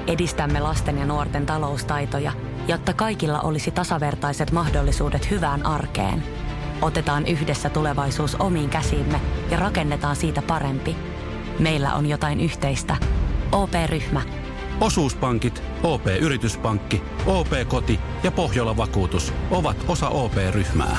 Edistämme lasten ja nuorten taloustaitoja, jotta kaikilla olisi tasavertaiset mahdollisuudet hyvään arkeen. Otetaan yhdessä tulevaisuus omiin käsiimme ja rakennetaan siitä parempi. Meillä on jotain yhteistä. OP-ryhmä. Osuuspankit, OP-yrityspankki, OP-koti ja Pohjola-vakuutus ovat osa OP-ryhmää.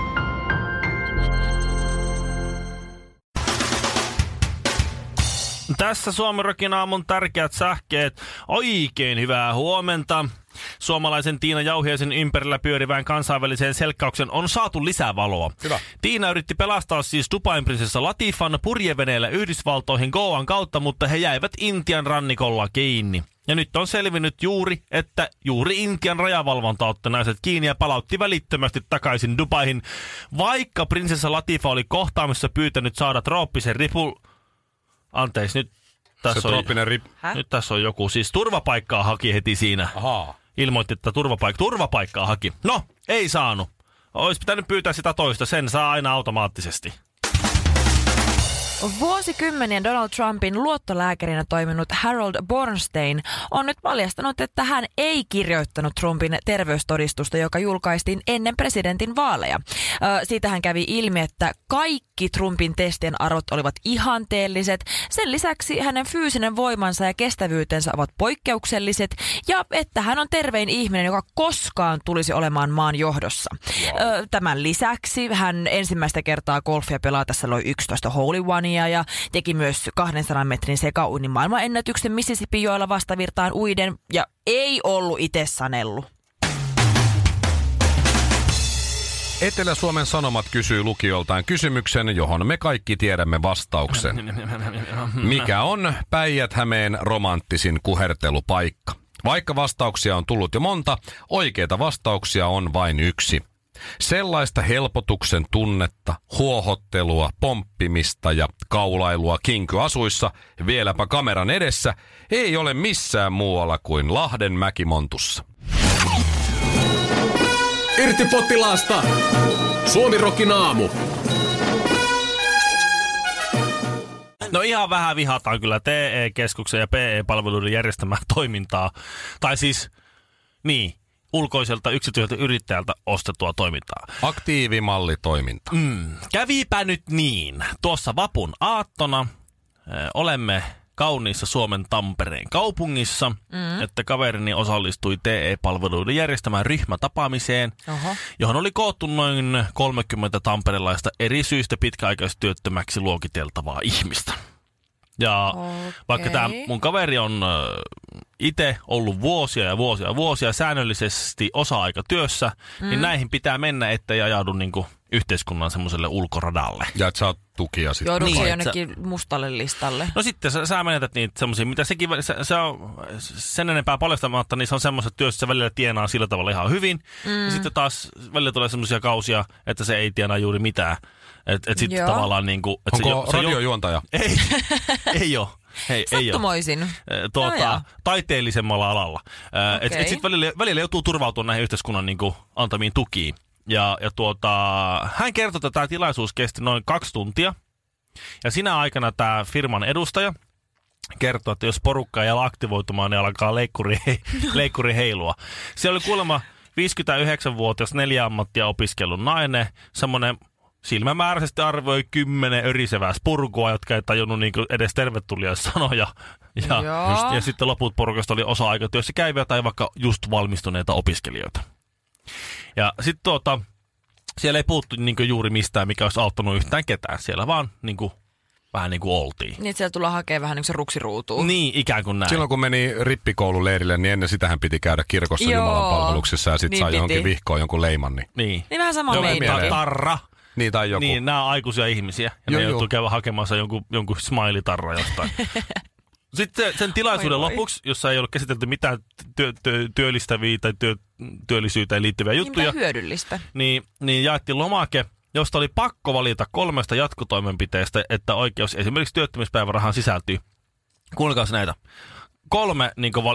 Tässä Suomen Rockin aamun tärkeät sähkeet. Oikein hyvää huomenta. Suomalaisen Tiina Jauhiaisen ympärillä pyörivään kansainväliseen selkkauksen on saatu lisää valoa. Hyvä. Tiina yritti pelastaa siis Dubain prinsessa Latifan purjeveneellä Yhdysvaltoihin Goan kautta, mutta he jäivät Intian rannikolla kiinni. Ja nyt on selvinnyt että juuri Intian rajavalvonta otti naiset kiinni ja palautti välittömästi takaisin Dubaihin, vaikka prinsessa Latifa oli kohtaamissa pyytänyt saada trooppisen Anteeksi, nyt tässä nyt tässä on joku, siis turvapaikkaa haki heti siinä. Ahaa. Ilmoitti, että turvapaikkaa haki. No, ei saanut. Olisi pitänyt pyytää sitä toista, sen saa aina automaattisesti. Vuosikymmenien Donald Trumpin luottolääkärinä toiminut Harold Bornstein on nyt paljastanut, että hän ei kirjoittanut Trumpin terveystodistusta, joka julkaistiin ennen presidentin vaaleja. Siitä hän kävi ilmi, että kaikki Trumpin testien arvot olivat ihanteelliset. Sen lisäksi hänen fyysinen voimansa ja kestävyytensä ovat poikkeukselliset ja että hän on tervein ihminen, joka koskaan tulisi olemaan maan johdossa. Wow. Tämän lisäksi hän ensimmäistä kertaa golfia pelatessa loi 11 hole in one ja teki myös 200 metrin sekauinnin maailmanennätyksen Mississippi-joella vastavirtaan uiden ja ei ollut itse sanellut. Etelä-Suomen Sanomat kysyy lukijoiltaan kysymyksen, johon me kaikki tiedämme vastauksen. Mikä on Päijät-Hämeen romanttisin kuhertelupaikka? Vaikka vastauksia on tullut jo monta, oikeita vastauksia on vain yksi. Sellaista helpotuksen tunnetta, huohottelua, pomppimista ja kaulailua kinkyasuissa, vieläpä kameran edessä, ei ole missään muualla kuin Lahden Mäkimontussa. Irti potilaasta! Suomi Rockin aamu. No ihan vähän vihataan kyllä TE-keskuksen ja PE-palveluiden järjestämää toimintaa. Tai siis, ulkoiselta yksityiseltä yrittäjältä ostettua toimintaa. Aktiivimallitoiminta. Kävipä nyt niin. Tuossa vapun aattona olemme kauniissa Suomen Tampereen kaupungissa, että kaverini osallistui TE-palveluiden järjestämään ryhmätapaamiseen, johon oli koottu noin 30 tamperelaista eri syistä pitkäaikaistyöttömäksi luokiteltavaa ihmistä. Ja vaikka tämä mun kaveri on itse ollut vuosia säännöllisesti osa-aikatyössä, niin näihin pitää mennä, ettei ajaudu niinku yhteiskunnan semmoiselle ulkoradalle. Ja että saat tukia sitten. Joudutko jonnekin mustalle listalle? No sitten sä menetät niitä semmoisia, mitä sekin, se on sen enempää paljastamatta, niin se on semmoiset työssä, se välillä tienaa sillä tavalla ihan hyvin. Ja sitten taas välillä tulee semmoisia kausia, että se ei tienaa juuri mitään. Että sitten tavallaan niinku... Onko radiojuontaja? Ei ole. Sattumoisin. Taiteellisemmalla alalla. Okay. Et sitten välillä joutuu turvautumaan näihin yhteiskunnan niinku antamiin tukiin. Ja hän kertoi, että tämä tilaisuus kesti noin 2 tuntia. Ja sinä aikana tämä firman edustaja kertoi, että jos porukka ei ala aktivoitumaan, niin alkaa leikkuri heilua. Siellä oli kuulemma 59-vuotias 4 ammattia opiskellut nainen, semmoinen silmämääräisesti arvioi 10 örisevää spurkua, jotka ei tajunnut niinku edes tervetulia sanoja. Ja sitten loput porukasta oli osa-aikatyössä käyviä tai vaikka just valmistuneita opiskelijoita. Ja sitten siellä ei puhuttu niinku juuri mistään, mikä olisi auttanut yhtään ketään. Siellä vaan vähän niin kuin oltiin. Niin, että siellä tullaan hakemaan vähän niin kuin se ruksiruutuun. Niin, ikään kuin näin. Silloin kun meni rippikoululeirille, niin ennen sitähän piti käydä kirkossa Jumalan palveluksessa ja sitten sai johonkin vihkoon jonkun leiman. Niin vähän sama meitä. Tarra. Niin, tai joku. Niin, nämä on aikuisia ihmisiä. Ja ne joutuu käydä hakemassa jonkun smiley-tarra jostain. Sitten sen tilaisuuden lopuksi, jossa ei ollut käsitelty mitään työllistäviä tai työllisyyteen liittyviä juttuja. Mitä hyödyllistä. Niin jaettiin lomake, josta oli pakko valita 3 jatkotoimenpiteestä, että oikeus esimerkiksi työttömyyspäivärahaan sisältyy. Kuulkaas näitä. 3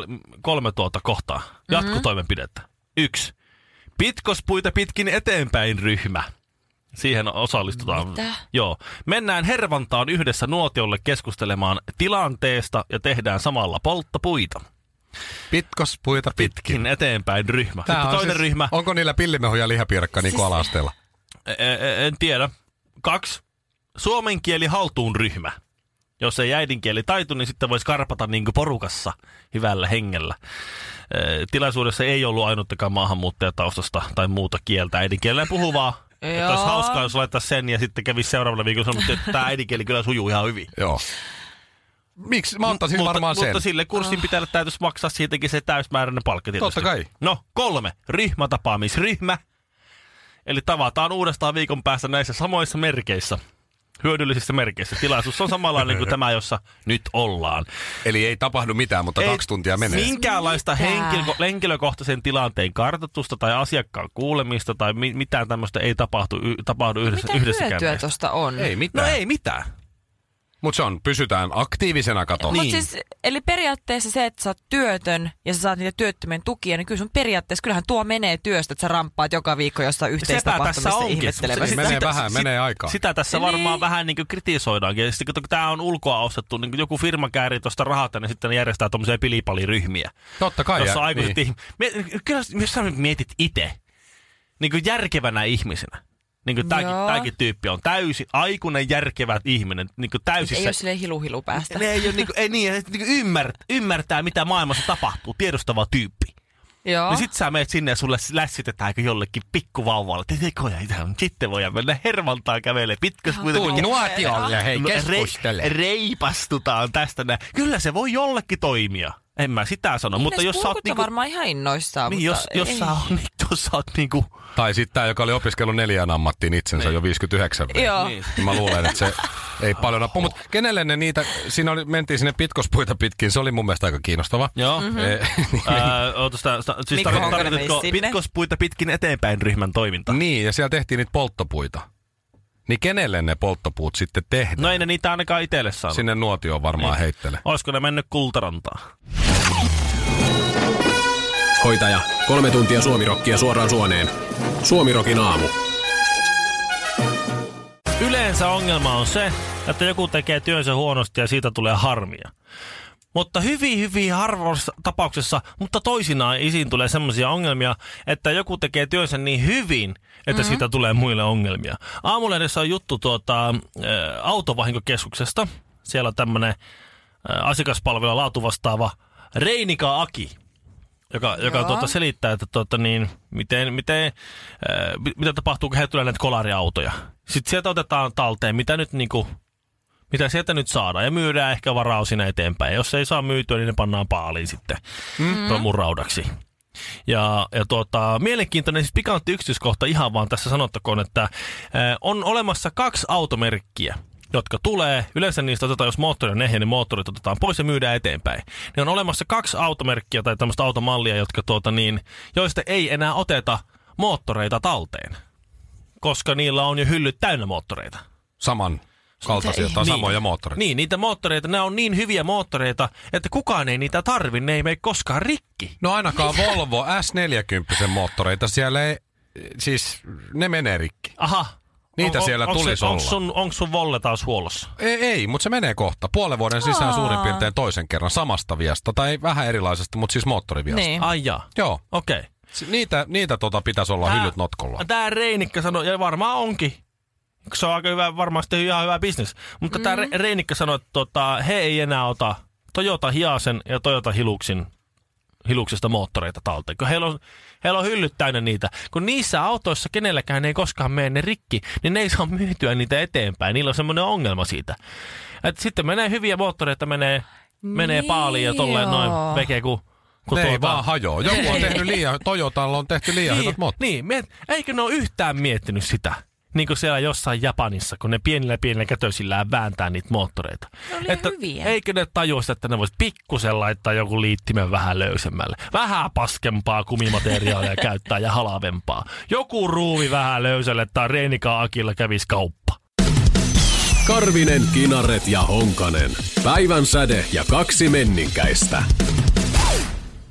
kohtaa jatkotoimenpidettä. 1. Pitkospuita pitkin eteenpäin ryhmä. Siihen osallistutaan. Mitä? Joo. Mennään Hervantaan yhdessä nuotiolle keskustelemaan tilanteesta ja tehdään samalla polttopuita. Pitkospuita pitkin. Eteenpäin ryhmä. Tää Sitten toinen ryhmä. Onko niillä pillimehu ja lihapiirakka niin kuin ala-asteella? En tiedä. 2. Suomen kieli haltuun ryhmä. Jos ei äidinkieli taitu, niin sitten voisi karpata niin kuin porukassa hyvällä hengellä. Tilaisuudessa ei ollut ainuttakaan maahanmuuttajataustasta tai muuta kieltä äidinkielellä puhuvaa. Että olisi hauskaa, jos laittaisi sen ja sitten kävisi seuraavalla viikolla sanoa, että tämä äidinkieli kyllä sujuu ihan hyvin. Joo. Miksi? Mä ottaisin varmaan sen. Mutta sille kurssin pitäjälle täytyisi maksaa siitäkin se täysmääräinen palkka tietysti. Totta kai. No, 3. Ryhmätapaamisryhmä. Eli tavataan uudestaan viikon päästä näissä samoissa merkeissä. Hyödyllisissä merkeissä. Tilaisuus on samanlainen kuin tämä, jossa nyt ollaan. Eli ei tapahdu mitään, mutta 2 tuntia menee. Minkäänlaista henkilökohtaisen tilanteen kartoitusta tai asiakkaan kuulemista tai mitään tämmöistä ei tapahdu yhdessäkään. Mitä hyötyä tuosta on? Ei mitään. No ei mitään. Mutta pysytään aktiivisena katolla. Niin. Siis, eli periaatteessa se, että sä oot työtön ja sä saat niitä työttömien tukia, niin kyllä sun periaatteessa, kyllähän tuo menee työstä, että sä ramppaat joka viikko jossain yhteistapahtumissa ihmettelemässä. Menee aikaa. Sitä tässä varmaan vähän niin kuin kritisoidaankin. Ja sitten kun tämä on ulkoa ostettu, niin joku firma käärii tuosta rahata, niin sitten ne järjestää tuommoisia pilipaliryhmiä. Totta kai. Jossa aikuiset kyllä jos sä mietit itse, niin kuin järkevänä ihmisenä. Niin kuin tämäkin tyyppi on täysin aikuinen, järkevä ihminen. Niin kuin täysissä. Ei ole silleen hilu päästä. Ne ei ole ymmärtää, mitä maailmassa tapahtuu. Tiedostava tyyppi. Joo. Niin sit sä meet sinne ja sulle lässitetäänkö jollekin pikkuvauvalle. Sitten voidaan mennä hervaltaa kävelee pitkäspuita. Nuotiolle, hei keskustele. Reipastutaan tästä näin. Kyllä se voi jollekin toimia. En mä sitä sano, niin mutta jos sä oot niinku... varmaan ihan innoissaan, niin, mutta jos sä oot niinku... Tai sitten tää, joka oli opiskellut 4 ammattiin itsensä jo 59 vuotta. Joo. Niin. Mä luulen, että se ei paljon apua. Mutta kenelle ne niitä, mentiin sinne pitkospuita pitkin, se oli mun mielestä aika kiinnostava. Joo. Siis tarkoitatko pitkospuita pitkin eteenpäin ryhmän toiminta? Niin, ja siellä tehtiin niitä polttopuita. Niin kenelle ne polttopuut sitten tehdään? No ei ne niitä ainakaan itselle saanut. Sinne nuotioon varmaan heittele. Olisiko ne mennyt Kultarantaan? Hoitaja, 3 tuntia suomirokkia suoraan suoneen. Suomirokin aamu. Yleensä ongelma on se, että joku tekee työnsä huonosti ja siitä tulee harmia. Mutta hyvin harvassa tapauksessa, mutta toisinaan isiin tulee semmoisia ongelmia, että joku tekee työnsä niin hyvin, että siitä tulee muille ongelmia. Aamulehdessä on juttu autovahinkokeskuksesta. Siellä on tämmöinen asiakaspalvelu laatuvastaava Reinika Aki, joka selittää, että mitä tapahtuu, kun he tulee näitä kolariautoja. Sitten sieltä otetaan talteen, mitä sieltä nyt saadaan, ja myydään ehkä varaa sinne eteenpäin. Ja jos ei saa myytyä, niin ne pannaan paaliin sitten romuraudaksi. Ja mielenkiintoinen, siis pikantti yksityiskohta ihan vaan tässä sanottakoon, että on olemassa 2 automerkkiä, jotka tulee. Yleensä niistä otetaan, jos moottori on ehjä, niin moottorit otetaan pois ja myydään eteenpäin. Niin on olemassa 2 automerkkiä tai tämmöistä automallia, jotka joista ei enää oteta moottoreita talteen, koska niillä on jo hyllyt täynnä moottoreita. Samankaltaisia tai samoja moottoreita. Niin, niitä moottoreita, ne on niin hyviä moottoreita, että kukaan ei niitä tarvi, ne ei mene koskaan rikki. No ainakaan Volvo S40 moottoreita, siellä ei, siis ne menee rikki. Aha. Niitä siellä tulisi olla. Onko sun Volle taas huollossa? Ei, mutta se menee kohta. Puolen vuoden sisään suurin piirtein toisen kerran samasta viasta. Tai vähän erilaisesta, mutta siis moottoriviasta. Niin. Ai jaa. Joo. Okei. Okay. Niitä pitäisi olla hyllyt notkolla. Tää Reinikka sanoi, ja varmaan onkin. Se on aika hyvä, varmasti ihan hyvä bisnes. Mutta tää Reinikka sanoi, että he ei enää ota Toyota Hiasen ja Toyota Hiluksesta moottoreita talteen. Kun heillä on hyllyt täynnä niitä. Kun niissä autoissa kenelläkään ei koskaan mene ne rikki, niin ne ei saa myytyä niitä eteenpäin. Niillä on semmoinen ongelma siitä. Että sitten menee hyviä moottoreita, menee paaliin ja tolleen noin veke kun ne ei vaan hajoa. Joku on tehnyt Toyotalla on tehty liian hyvät moottorit. Niin, eikö ne ole yhtään miettinyt sitä? Niin kuin siellä jossain Japanissa, kun ne pienillä kätösillään vääntää niitä moottoreita. Että hyviä. Eikö ne tajuisi, että ne vois pikkusen laittaa joku liittimen vähän löysemmälle. Vähän paskempaa kumimateriaalia käyttää ja halavempaa. Joku ruuvi vähän löysälle tai Reinika Akilla kävisi kauppa. Karvinen, Kinaret ja Honkanen. Päivän säde ja 2 menninkäistä.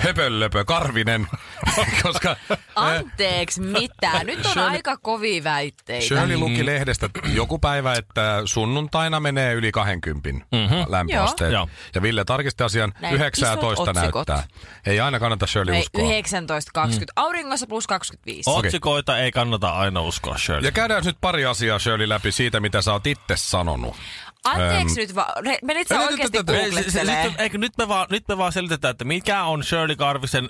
höpönlöpö, Karvinen. Koska, Anteeksi, mitä? Nyt on aika kovia väitteitä. Shirley luki lehdestä joku päivä, että sunnuntaina menee yli 20 lämpöasteet. Joo. Ja Ville tarkisti asian, Näin 19 näyttää. Ei aina kannata Shirley uskoa. 19-20. Auringossa plus 25. Otsikoita ei kannata aina uskoa, Shirley. Ja käydään nyt pari asiaa, Shirley, läpi siitä, mitä sä oot itse sanonut. Anteeksi nyt vaan. Menit sä oikeasti googlettelemaan? Eikö nyt me vaan selitetään, että mikä on Shirley Karvisen,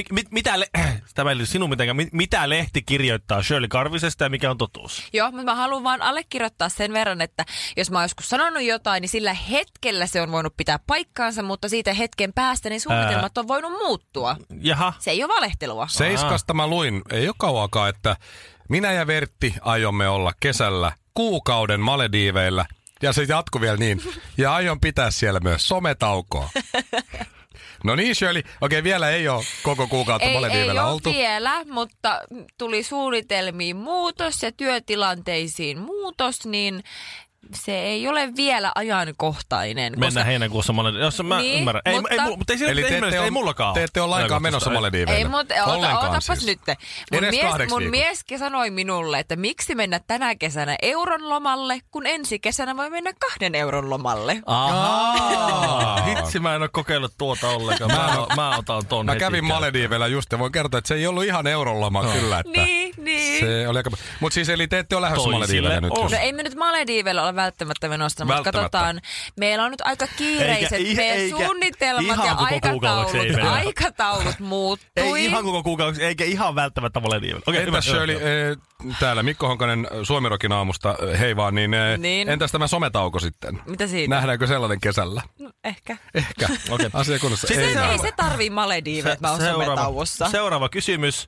mitä lehti kirjoittaa Shirley Karvisesta ja mikä on totuus? Joo, mutta mä haluan vaan allekirjoittaa sen verran, että jos mä oon joskus sanonut jotain, niin sillä hetkellä se on voinut pitää paikkaansa, mutta siitä hetken päästä niin suunnitelmat on voinut muuttua. Jaha. Se ei ole valehtelua. Seiskasta mä luin, ei ole kauakaan, että minä ja Vertti aiomme olla kesällä kuukauden Malediiveillä. Ja se jatkuu vielä niin. Ja aion pitää siellä myös sometaukoa. No niin, Shirley. Okei, vielä ei ole koko kuukautta Malediiveillä oltu. Ei ole vielä, mutta tuli suunnitelmiin muutos ja työtilanteisiin muutos, niin se ei ole vielä ajankohtainen. Mennään heinäkuussa Malediiveille. Jos mä ymmärrän. Mutta ei mullakaan ole. Te ette ole lainkaan menossa Malediiveille. Ei, mutta otapas nyt. Mun mies sanoi minulle, että miksi mennä tänä kesänä euron lomalle, kun ensi kesänä voi mennä 2 euron lomalle. Hitsi, mä en ole kokeillut tuota ollenkaan. Mä otan ton Mä kävin Malediiveillä just ja voin kertoa, että se ei ollut ihan euron loma kyllä. Että niin. Se oli aika... Mutta siis eli te ette ole lähdössä Malediiveille nyt. No ei me nyt Malediiveille ole välttämättä menossa, mutta katsotaan. Meillä on nyt aika kiireiset meidän suunnitelmat ja aikataulut muuttui. Ei ihan koko kuukausi, eikä ihan välttämättä Malediiveille. Okay, entäs Shirley, täällä Mikko Honkanen Suomirokin aamusta, hei vaan, niin entäs tämä sometauko sitten? Mitä siitä? Nähdäänkö sellainen kesällä? No, ehkä. Okay. Asia kunnossa. Siis ei se tarvii Malediiveille, että mä oon sometauossa. Seuraava kysymys.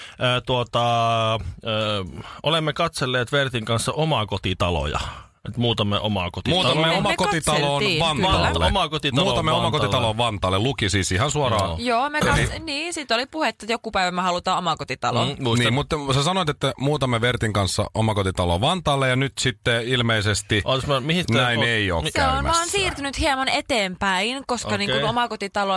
Olemme katselleet Vertin kanssa omakotitaloja. Että muutamme omakotitaloon Vantaalle. Muutamme omakotitaloon Vantaalle. Luki siis ihan suoraan. Joo, niin, siitä oli puhetta, että joku päivä me halutaan omakotitaloon. Niin, mutta sä sanoit, että muutamme Vertin kanssa omakotitaloon Vantaalle ja nyt sitten ilmeisesti näin ei ole käymässä. Se on vaan siirtynyt hieman eteenpäin, koska niin kuin omakotitalo,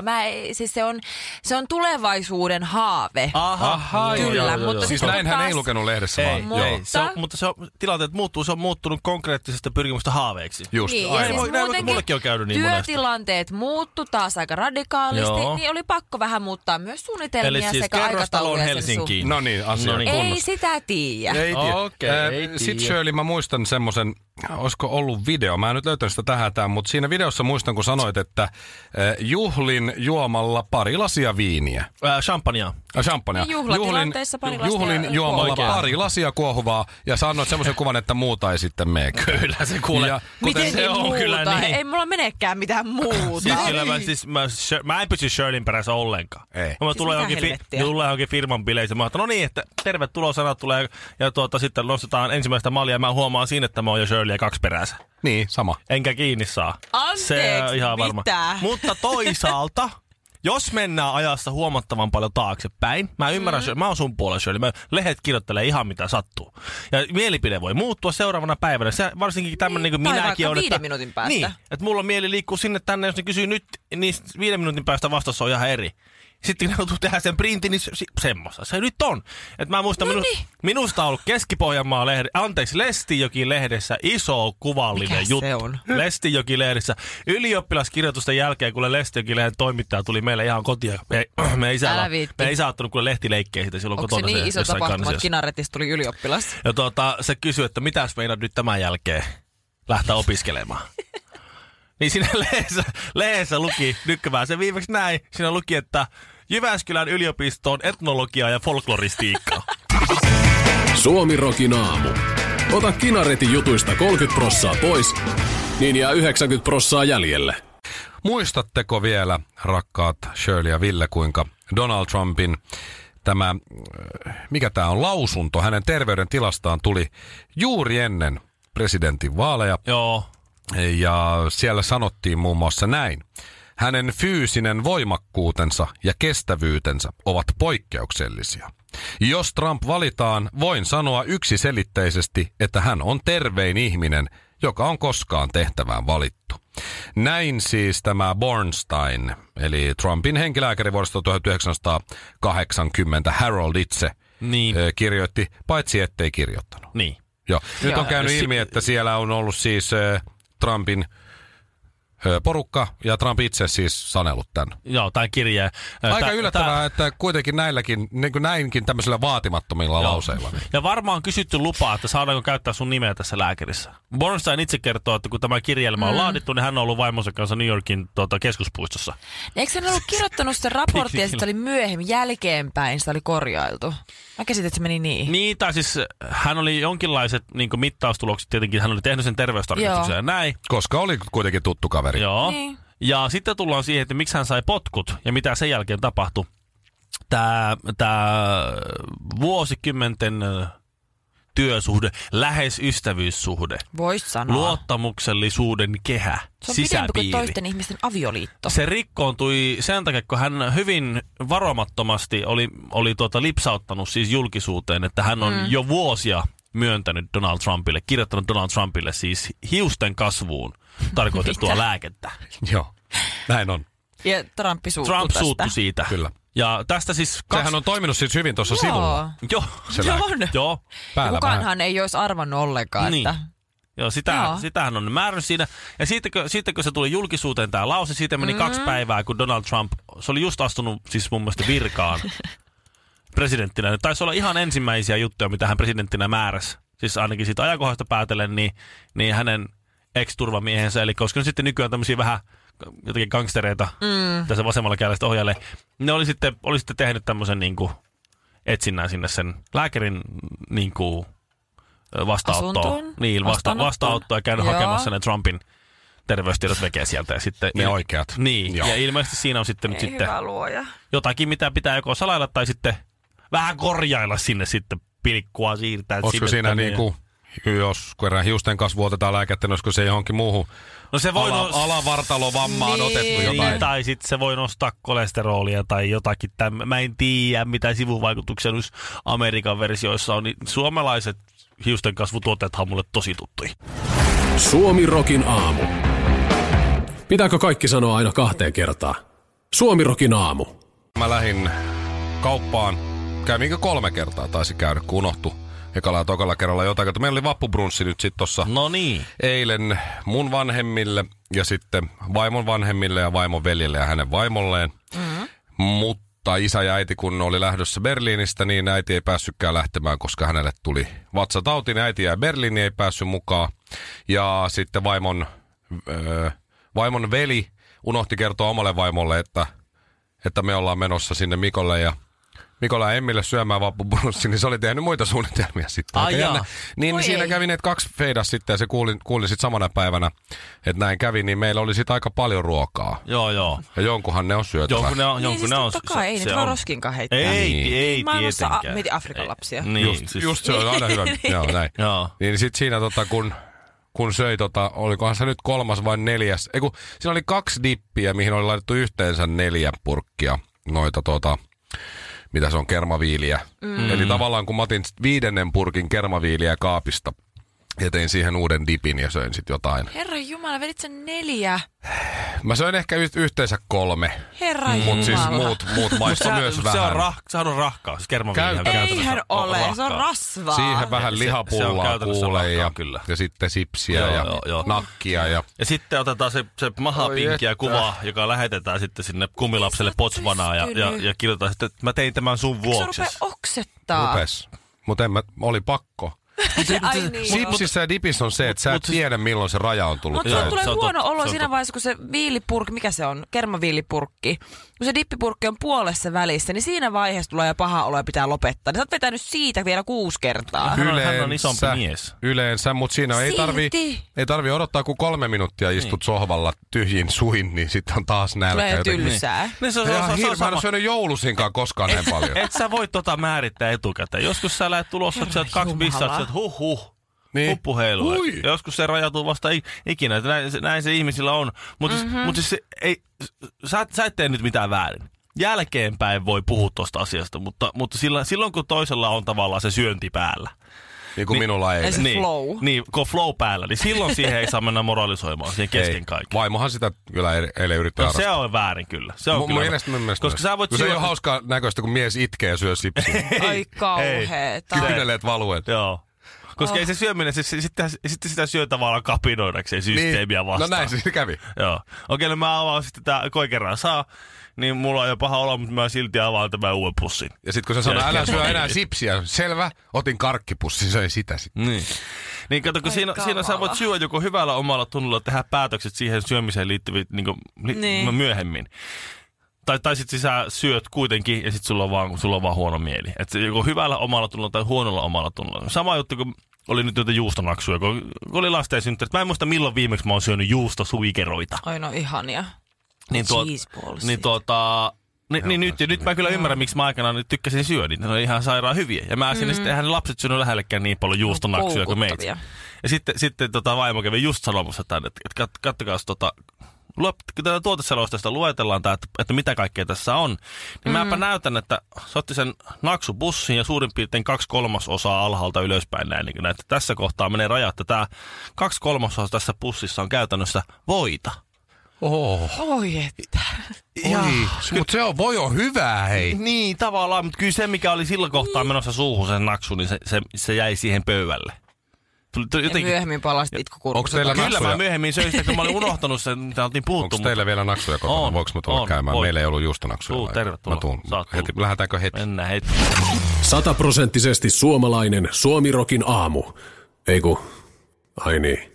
se on tulevaisuuden haave. Aha, kyllä. Mutta siis näinhän ei lukenut lehdessä vaan. Mutta se tilanteet muuttuu, se on muuttunut konkreettisesti pyrkimystä haaveiksi. Just. Niin, ja siis mullekin on käynyt niin monesti. Työtilanteet muuttu taas aika radikaalisti, niin oli pakko vähän muuttaa myös suunnitelmia eli siis sekä aikatauluja Helsinkiin. No niin, asia kunnossa. Ei sitä tiedä. Ei tiedä. Sitten Shirley, mä muistan semmoisen, olisiko ollut video, mä en nyt löytänyt sitä tähän, mutta siinä videossa muistan, kun sanoit, että juhlin juomalla pari lasia viiniä. Champagnea. Niin, juhlatilanteessa pari lasia. Juhlin juomalla pari lasia kuohuvaa ja sanoit semmoisen kuvan, että muuta ei sitten mene. Kyllä se kuulee. Miten se on muuta? kyllä niin. Ei mulla menekään mitään muuta. Mä en pysy Shirleyn perässä ollenkaan. Ei. Mä tulen johonkin firman bileissä. Mä oon, no niin, että tervetuloa, sanat tulee ja sitten nostetaan ensimmäistä mallia. Mä huomaan siinä, että mä oon jo Shirleyä 2 perässä. Niin, sama. Enkä kiinni saa. Anteeksi, se on ihan varma. mitä? Mutta toisaalta... Jos mennään ajassa huomattavan paljon taaksepäin, mä ymmärrän, mä oon sun puolella, Shirley, lehdet kirjoittelee ihan mitä sattuu. Ja mielipide voi muuttua seuraavana päivänä. Se, varsinkin tämmöinen niin kuin minäkin on. 5 minuutin päästä. Niin, että mulla on mieli liikkuu sinne tänne, jos ne kysyy nyt, niin 5 minuutin päästä vastaus on ihan eri. Sitten kun ne joutuu tehdä sen printin, niin semmoista se nyt on. Että mä muistan, minusta on ollut Keski-Pohjanmaa Lestijoki-lehdessä iso kuvallinen juttu. Lestijoki-lehdessä. Ylioppilaskirjoitusten jälkeen, kun Lestijoki-lehden toimittaja tuli meille ihan kotiin. Me ei isä ottanut kuule lehtileikkejä siitä silloin kotona. Onko se niin iso tapahtuma, että Kinaretista tuli ylioppilas? Ja se kysyi, että mitäs meidän nyt tämän jälkeen lähteä opiskelemaan. Niin siinä lehdessä luki, nykkövää se viimeksi näin, siinä luki, että Jyväskylän yliopistoon etnologiaa ja folkloristiikkaa. Suomirokin aamu. Ota Kinaretin jutuista 30% pois, niin jää 90% jäljelle. Muistatteko vielä, rakkaat Shirley ja Ville, kuinka Donald Trumpin mikä tämä on, lausunto hänen terveydentilastaan tuli juuri ennen presidentin vaaleja. Joo. Ja siellä sanottiin muun muassa näin. Hänen fyysinen voimakkuutensa ja kestävyytensä ovat poikkeuksellisia. Jos Trump valitaan, voin sanoa yksiselitteisesti, että hän on tervein ihminen, joka on koskaan tehtävään valittu. Näin siis tämä Bornstein, eli Trumpin henkilääkäri vuodesta 1980, Harold itse kirjoitti, paitsi ettei kirjoittanut. Niin. Joo. Nyt on käynyt ilmi, että siellä on ollut siis Trumpin porukka ja Trump itse siis sanellut tämän. Joo, tämän kirjeen. Aika yllättävää, että kuitenkin näilläkin, niin kuin näinkin tämmöisillä vaatimattomilla lauseilla. Ja varmaan kysytty lupaa, että saadaanko käyttää sun nimeä tässä lääkärissä. Bornstein itse kertoo, että kun tämä kirjelmä on laadittu, niin hän on ollut vaimonsa kanssa New Yorkin keskuspuistossa. Eikö hän ollut kirjoittanut sen raportin ja sitten oli myöhemmin jälkeenpäin, sitä oli korjailtu? Mä käsitin, että se meni niin. Niin, tai siis hän oli jonkinlaiset niin kuin mittaustulokset tietenkin, hän oli tehnyt sen terveystarkastuksen ja näin. Koska oli kuitenkin tuttu kaveri. Joo. Niin. Ja sitten tullaan siihen, että miksi hän sai potkut ja mitä sen jälkeen tapahtui. Tämä vuosikymmenten työsuhde, lähes ystävyyssuhde. Vois sanoa. Luottamuksellisuuden kehä, se on sisäpiiri. pidempi kuin toisten ihmisten avioliitto. Se rikkoontui sen takia, kun hän hyvin varomattomasti oli lipsauttanut siis julkisuuteen, että hän on jo vuosia myöntänyt Donald Trumpille, kirjoittanut Donald Trumpille siis hiusten kasvuun tarkoitettua lääkettä. Joo, näin on. Ja Trump suuttui siitä. Kyllä. Ja tästä siis... Sehän on toiminut siis hyvin tuossa sivulla. Joo. Joo. Kukaanhan ei olisi arvannut ollenkaan, niin. että... Joo, sitähän on määrännyt siinä. Ja sitten kun se tuli julkisuuteen tämä lause, siitä meni 2 päivää, kun Donald Trump, se oli just astunut siis mun mielestä virkaan presidenttinä. Taisi olla ihan ensimmäisiä juttuja, mitä hän presidenttinä määräsi. Siis ainakin siitä ajankohdasta päätellen, niin hänen ex-turvamiehensä, eli koska ne sitten nykyään tämmöisiä vähän jotenkin gangstereita tässä vasemmalla kädellä ohjaajalle, ne oli sitten tehnyt tämmöisen niinku etsinnän sinne sen lääkärin niinku vastaanottoon. Niin, vastaanottoa ja käynyt hakemassa ne Trumpin terveystiedot vekee sieltä. Ja sitten, ne oikeat. Niin, ja ilmeisesti siinä on sitten nyt sitten jotakin, mitä pitää joko salailla tai sitten vähän korjailla sinne sitten pilkkua siirtää. Olisiko siinä niinku, jos kerran hiusten kasvu otetaan lääkettä, olisiko se johonkin muuhun alavartalovammaan otettu jotain? Tai sitten se voi nostaa kolesterolia tai jotakin. Mä en tiedä, mitä sivuvaikutuksia nyt Amerikan versioissa on. Niin suomalaiset hiusten kasvutuotteethan on mulle tosi tuttuja. Suomi Rokin aamu. Pitääkö kaikki sanoa aina 2 kertaa? Suomi Rokin aamu. Mä lähdin kauppaan. Kävinkö 3 kertaa taisi käydä, kun unohtui ekalla ja tokalla kerralla jotain. Meillä oli vappubrunssi nyt sitten tossa eilen mun vanhemmille ja sitten vaimon vanhemmille ja vaimon veljelle ja hänen vaimolleen. Mutta isä ja äiti, kun oli lähdössä Berliinistä, niin äiti ei päässytkään lähtemään, koska hänelle tuli vatsatauti, niin äiti jäi Berliiniin, ei päässyt mukaan. Ja sitten vaimon veli unohti kertoa omalle vaimolle, että me ollaan menossa sinne Mikolle ja Emmille syömään vappubrunssia, niin se oli tehnyt muita suunnitelmia sitten. Niin siinä kävi ne 2 feidas sitten ja se kuuli sitten samana päivänä, että näin kävi, niin meillä oli sitten aika paljon ruokaa. Joo. Ja jonkunhan ne on syötävä. Jonkun ne on. Ei niitä voi roskinkaan heittää. Ei maailmassa mietin Afrikan lapsia. Niin, just se on aina hyvä. Joo, näin. Niin sitten siinä kun söi olikohan se nyt 3. vai 4. Siinä oli 2 dippiä, mihin oli laitettu yhteensä 4 purkkia noita mitä se on, kermaviiliä. Eli tavallaan kun mä otin 5. purkin kermaviiliä kaapista ja tein siihen uuden dipin ja söin sitten jotain. Herran jumala, vedit sen 4? Mä söin ehkä yhteensä 3. Herran jumala. Mutta siis muut maistoi myös vähän. Sehän on rahkaa, siis kermaviiliä. Eihän ole, se on rasvaa. Siihen vähän lihapullaa kuulee ja sitten sipsiä ja nakkia. Ja sitten otetaan se mahapinkkiä kuva, joka lähetetään sitten sinne kummilapselle Botswanaan ja kirjoitetaan sitten, että mä tein tämän sun vuoksi. Se rupee oksettaa. Rupes. Mutta oli pakko. Sipsissä ja dipissä on se, että sä et tiedä milloin se raja on tullut. Mutta sulla tulee huono olo siinä vaiheessa, kun se viilipurkki, mikä se on, kermaviilipurkki, kun se dippipurkki on puolessa välissä, niin siinä vaiheessa tulee jo paha olo ja pitää lopettaa. Niin sä oot vetänyt siitä vielä 6 kertaa. Hän on isompi mies. Yleensä, mutta siinä ei tarvi odottaa, kun 3 minuuttia istut sohvalla tyhjin suin, niin sitten on taas nälkä. Tulee tylsää. Mä en ole syönyt joulusinkaan koskaan näin paljon. Et sä voi määrittää etukäteen. Joskus sä lähdet tulossa, että sä oot 2 pissaa, että niin. Huppu heiluu. Joskus se rajautuu vasta ikinä. Näin se ihmisillä on. Mutta siis sä et tee nyt mitään väärin. Jälkeenpäin voi puhua tuosta asiasta, mutta silloin kun toisella on tavallaan se syönti päällä, Niin kuin minulla ei. Se flow. Niin, kun on flow päällä, niin silloin siihen ei saa mennä moralisoimaan, siihen kesken kaiken. Vaimohan sitä kyllä eilen yrittää se on väärin kyllä. Se on kyllä väärin. Koska sä voit se ei ole hauskaa näköistä, kun mies itkee ja syö sipsiä. Ai kauheeta. Kyyneleet valuen. Joo. Koska ei se syöminen, sitten sitä syö tavallaan kapinoidakseen systeemiä vastaan. No näin se kävi. Joo. Okei, no mä avaan sitten tää koikerran saa, niin mulla on jo paha olo, mutta mä silti avaan tämän uuden pussin. Ja sit kun sä sanoo, älä syö enää sipsiä, selvä, otin karkkipussin, söin sitä sitten. Niin kato, kun siinä sä voit syödä joko hyvällä omalla tunnolla tehdä päätökset siihen syömiseen liittyviin myöhemmin. Tai sit sä syöt kuitenkin ja sit sulla on vaan huono mieli. Että joko hyvällä omalla tunnolla tai huonolla omalla tunnolla. Sama juttu kuin oli nyt jotain juustonaksuja, kun oli lasten synttärit. Mä en muista milloin viimeksi mä oon syönyt juustosuikeroita. Ai no ihania. Nyt mä kyllä ymmärrän, miksi mä aikanaan tykkäsin syödä. Ne oli ihan sairaan hyviä. Ja mä sinne sitten eihän lapset syönyt lähellekään niin paljon juustonaksuja kuin meitä. Ja sitten vaimo kävi just sanomassa tänne, että kattokaas kun tätä tuoteselosteesta luetellaan, että mitä kaikkea tässä on, niin mäpä näytän, että se otti sen naksupussin ja suurin piirtein 2/3 alhaalta ylöspäin näin. Niin että tässä kohtaa menee raja, että tämä 2/3 tässä pussissa on käytännössä voita. Oi että. Mutta voi on hyvää, hei. Niin, tavallaan, mutta kyllä se, mikä oli sillä kohtaa menossa suuhun sen naksu, niin se jäi siihen pöydälle. Ja myöhemmin palasit itkukurkussa. Kyllä mä myöhemmin söin sitä, kun mä olin unohtanut sen, mitä oltiin puhuttu. Onko teillä vielä naksuja kotona? Voinko mä tulla käymään? Meillä ei ollut juustonaksuja. Tervetuloa. Mä tuun. Lähdetäänkö heti? Mennään heti. 100% suomalainen Suomi-rokin aamu. Eiku, ai niin.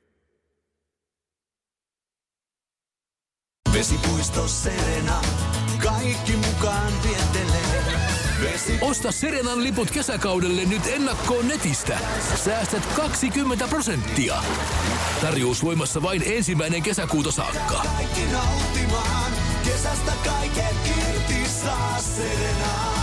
Vesipuisto Serena, kaikki mukaan viettelee. Osta Serenan liput kesäkaudelle nyt ennakkoon netistä. Säästät 20%. Tarjous voimassa vain 1. kesäkuuta saakka. Kaikki nauttimaan, kesästä kaiken irti saa Serena.